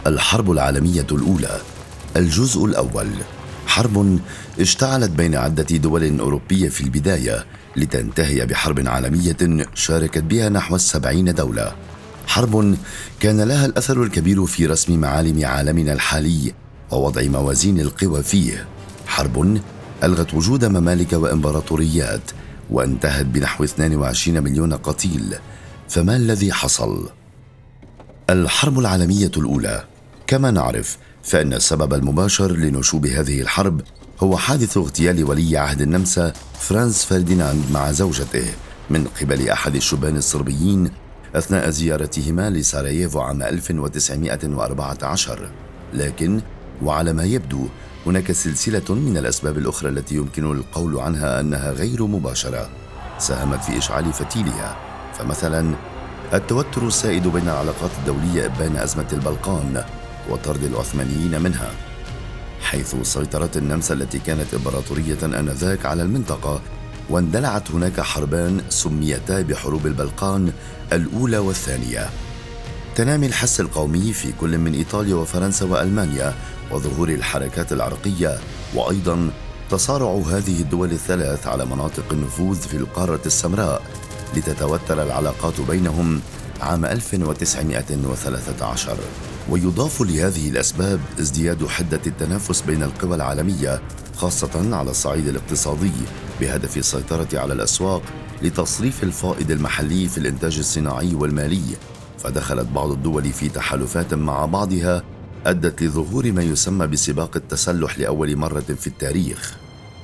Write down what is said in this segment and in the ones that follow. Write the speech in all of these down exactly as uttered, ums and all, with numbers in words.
الحرب العالمية الأولى. الجزء الأول. حرب اشتعلت بين عدة دول أوروبية في البداية لتنتهي بحرب عالمية شاركت بها نحو السبعين دولة. حرب كان لها الأثر الكبير في رسم معالم عالمنا الحالي ووضع موازين القوى فيه. حرب ألغت وجود ممالك وإمبراطوريات وانتهت بنحو اثنين وعشرين مليون قتيل. فما الذي حصل؟ الحرب العالمية الأولى. كما نعرف فإن السبب المباشر لنشوب هذه الحرب هو حادث اغتيال ولي عهد النمسا فرانز فرديناند مع زوجته من قبل أحد الشبان الصربيين أثناء زيارتهما لساراييفو عام ألف وتسعمائة وأربعة عشر. لكن وعلى ما يبدو هناك سلسلة من الأسباب الأخرى التي يمكن القول عنها أنها غير مباشرة ساهمت في إشعال فتيلها. فمثلا التوتر السائد بين العلاقات الدولية إبان أزمة البلقان وطرد العثمانيين منها، حيث سيطرت النمسا التي كانت إمبراطورية آنذاك على المنطقة، واندلعت هناك حربان سميتا بحروب البلقان الأولى والثانية. تنامي الحس القومي في كل من إيطاليا وفرنسا وألمانيا وظهور الحركات العرقية، وأيضا تصارع هذه الدول الثلاث على مناطق النفوذ في القارة السمراء لتتوتر العلاقات بينهم عام ألف وتسعمائة وثلاثة عشر. ويضاف لهذه الأسباب ازدياد حدة التنافس بين القوى العالمية خاصة على الصعيد الاقتصادي بهدف السيطرة على الأسواق لتصريف الفائض المحلي في الإنتاج الصناعي والمالي. فدخلت بعض الدول في تحالفات مع بعضها أدت لظهور ما يسمى بسباق التسلح لأول مرة في التاريخ.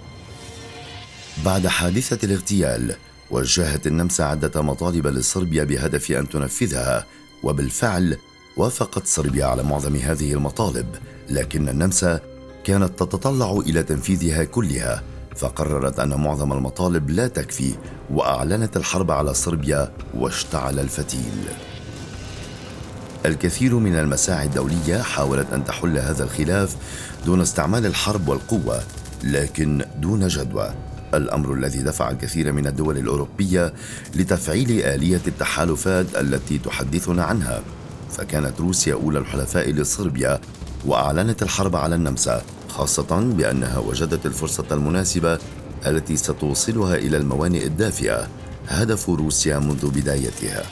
بعد حادثة الاغتيال وجهت النمسا عدة مطالب لصربيا بهدف أن تنفذها، وبالفعل وافقت صربيا على معظم هذه المطالب، لكن النمسا كانت تتطلع إلى تنفيذها كلها، فقررت أن معظم المطالب لا تكفي وأعلنت الحرب على صربيا واشتعل الفتيل. الكثير من المساعي الدولية حاولت أن تحل هذا الخلاف دون استعمال الحرب والقوة، لكن دون جدوى، الأمر الذي دفع الكثير من الدول الأوروبية لتفعيل آلية التحالفات التي تحدثنا عنها. فكانت روسيا أولى الحلفاء لصربيا وأعلنت الحرب على النمسا، خاصة بأنها وجدت الفرصة المناسبة التي ستوصلها إلى الموانئ الدافئة، هدف روسيا منذ بدايتها.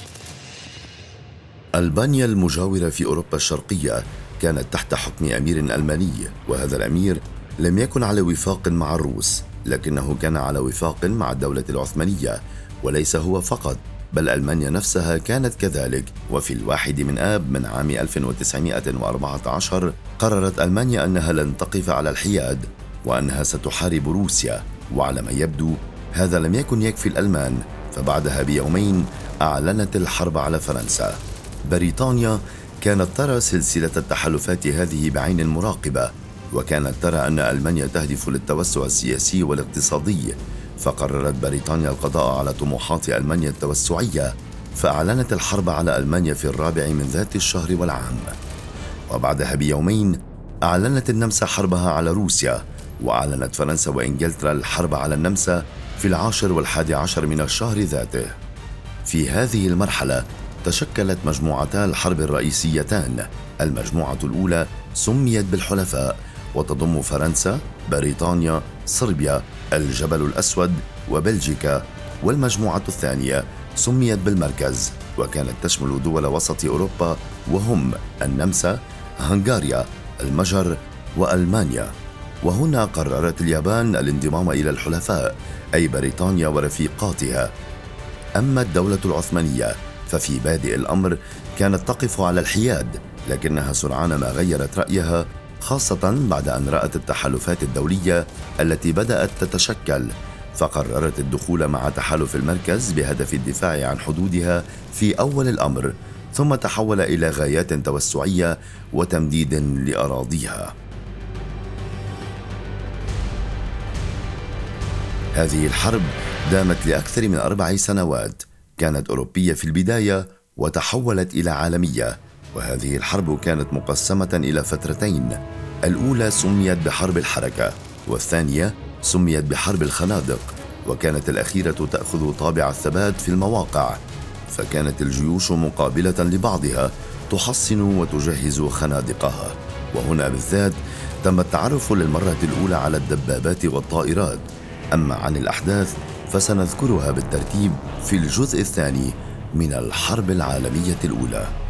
ألبانيا المجاورة في أوروبا الشرقية كانت تحت حكم أمير ألماني، وهذا الأمير لم يكن على وفاق مع الروس، لكنه كان على وفاق مع الدولة العثمانية، وليس هو فقط بل ألمانيا نفسها كانت كذلك. وفي الواحد من آب من عام ألف وتسعمائة وأربعة عشر قررت ألمانيا أنها لن تقف على الحياد وأنها ستحارب روسيا، وعلى ما يبدو هذا لم يكن يكفي الألمان، فبعدها بيومين أعلنت الحرب على فرنسا. بريطانيا كانت ترى سلسلة التحالفات هذه بعين المراقبة، وكانت ترى أن ألمانيا تهدف للتوسع السياسي والاقتصادي، فقررت بريطانيا القضاء على طموحات ألمانيا التوسعية، فأعلنت الحرب على ألمانيا في الرابع من ذات الشهر والعام. وبعدها بيومين أعلنت النمسا حربها على روسيا، وأعلنت فرنسا وإنجلترا الحرب على النمسا في العاشر والحادي عشر من الشهر ذاته. في هذه المرحلة تشكلت مجموعتا الحرب الرئيسيتان. المجموعة الأولى سميت بالحلفاء وتضم فرنسا، بريطانيا، صربيا، الجبل الأسود وبلجيكا، والمجموعة الثانية سميت بالمركز وكانت تشمل دول وسط أوروبا وهم النمسا، هنغاريا، المجر وألمانيا. وهنا قررت اليابان الانضمام إلى الحلفاء أي بريطانيا ورفيقاتها. أما الدولة العثمانية ففي بادئ الأمر كانت تقف على الحياد، لكنها سرعان ما غيرت رأيها، خاصة بعد أن رأت التحالفات الدولية التي بدأت تتشكل، فقررت الدخول مع تحالف المركز بهدف الدفاع عن حدودها في أول الأمر، ثم تحول إلى غايات توسعية وتمديد لأراضيها. هذه الحرب دامت لأكثر من أربع سنوات، كانت أوروبية في البداية وتحولت إلى عالمية. وهذه الحرب كانت مقسمة إلى فترتين، الأولى سميت بحرب الحركة، والثانية سميت بحرب الخنادق، وكانت الأخيرة تأخذ طابع الثبات في المواقع، فكانت الجيوش مقابلة لبعضها تحصن وتجهز خنادقها، وهنا بالذات تم التعرف للمرة الأولى على الدبابات والطائرات. أما عن الأحداث فسنذكرها بالترتيب في الجزء الثاني من الحرب العالمية الأولى.